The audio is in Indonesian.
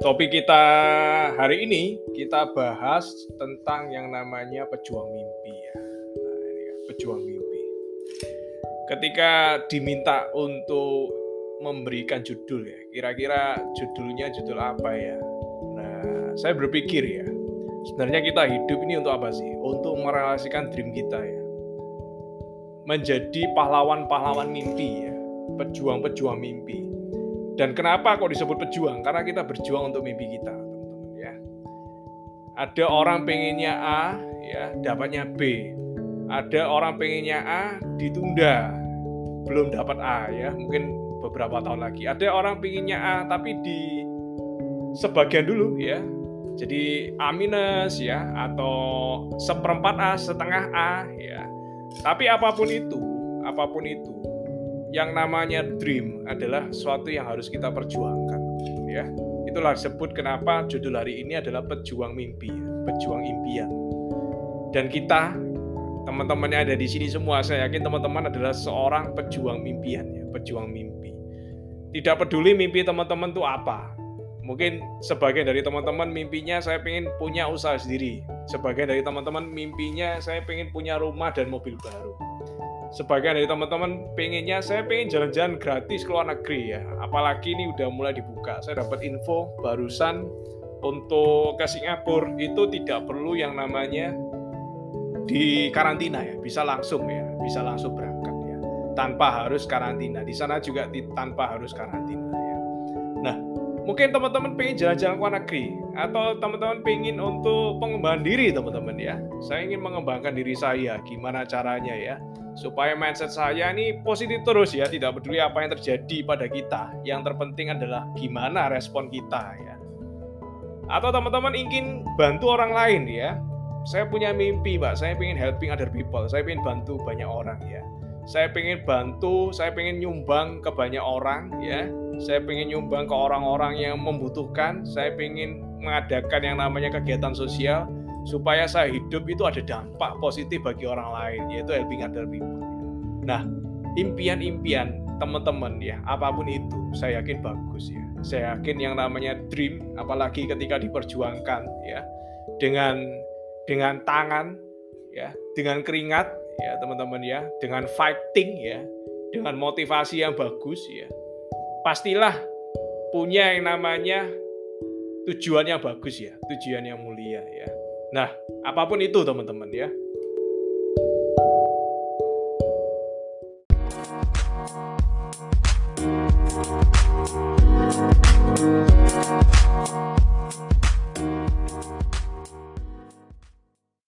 Topik kita hari ini kita bahas tentang yang namanya pejuang mimpi ya. Nah, ini ya, pejuang mimpi. Ketika diminta untuk memberikan judul ya, kira-kira judulnya judul apa ya? Nah, saya berpikir ya, sebenarnya kita hidup ini untuk apa sih? Untuk merealisasikan dream kita ya. Menjadi pahlawan-pahlawan mimpi ya, pejuang-pejuang mimpi. Dan kenapa kok disebut pejuang? Karena kita berjuang untuk mimpi kita, teman-teman ya. Ada orang pengennya A, ya dapatnya B. Ada orang pengennya A, ditunda, belum dapat A ya, mungkin beberapa tahun lagi. Ada orang pengennya A, tapi di sebagian dulu ya. Jadi A minus ya, atau seperempat A, setengah A ya. Tapi apapun itu, yang namanya dream adalah sesuatu yang harus kita perjuangkan ya. Itulah disebut kenapa judul hari ini adalah pejuang mimpi, pejuang impian. Dan kita teman-teman yang ada di sini semua, saya yakin teman-teman adalah seorang pejuang mimpian ya, pejuang mimpi. Tidak peduli mimpi teman-teman itu apa. Mungkin sebagian dari teman-teman mimpinya saya pengen punya usaha sendiri. Sebagian dari teman-teman mimpinya saya pengen punya rumah dan mobil baru. Sebagian dari teman-teman pengennya saya pengen jalan-jalan gratis ke luar negeri ya. Apalagi ini udah mulai dibuka. Saya dapat info barusan untuk ke Singapura itu tidak perlu yang namanya di karantina ya. Bisa langsung berangkat ya. Tanpa harus karantina. Di sana juga tanpa harus karantina ya. Nah, mungkin teman-teman pengen jalan-jalan ke luar negeri atau teman-teman pengen untuk pengembangan diri teman-teman ya. Saya ingin mengembangkan diri saya, gimana caranya ya? Supaya mindset saya ini positif terus ya, tidak peduli apa yang terjadi pada kita. Yang terpenting adalah gimana respon kita ya. Atau teman-teman ingin bantu orang lain ya. Saya punya mimpi Pak, saya ingin helping other people, saya ingin bantu banyak orang ya. Saya ingin bantu, saya ingin nyumbang ke banyak orang ya. Saya ingin nyumbang ke orang-orang yang membutuhkan, saya ingin mengadakan yang namanya kegiatan sosial, supaya saya hidup itu ada dampak positif bagi orang lain, yaitu helping other people. Nah, impian-impian teman-teman ya, apapun itu, saya yakin bagus ya. Saya yakin yang namanya dream, apalagi ketika diperjuangkan ya, dengan tangan ya, dengan keringat ya teman-teman ya, dengan fighting ya, dengan motivasi yang bagus ya, pastilah punya yang namanya tujuan yang bagus ya, tujuan yang mulia ya. Nah, apapun itu teman-teman ya,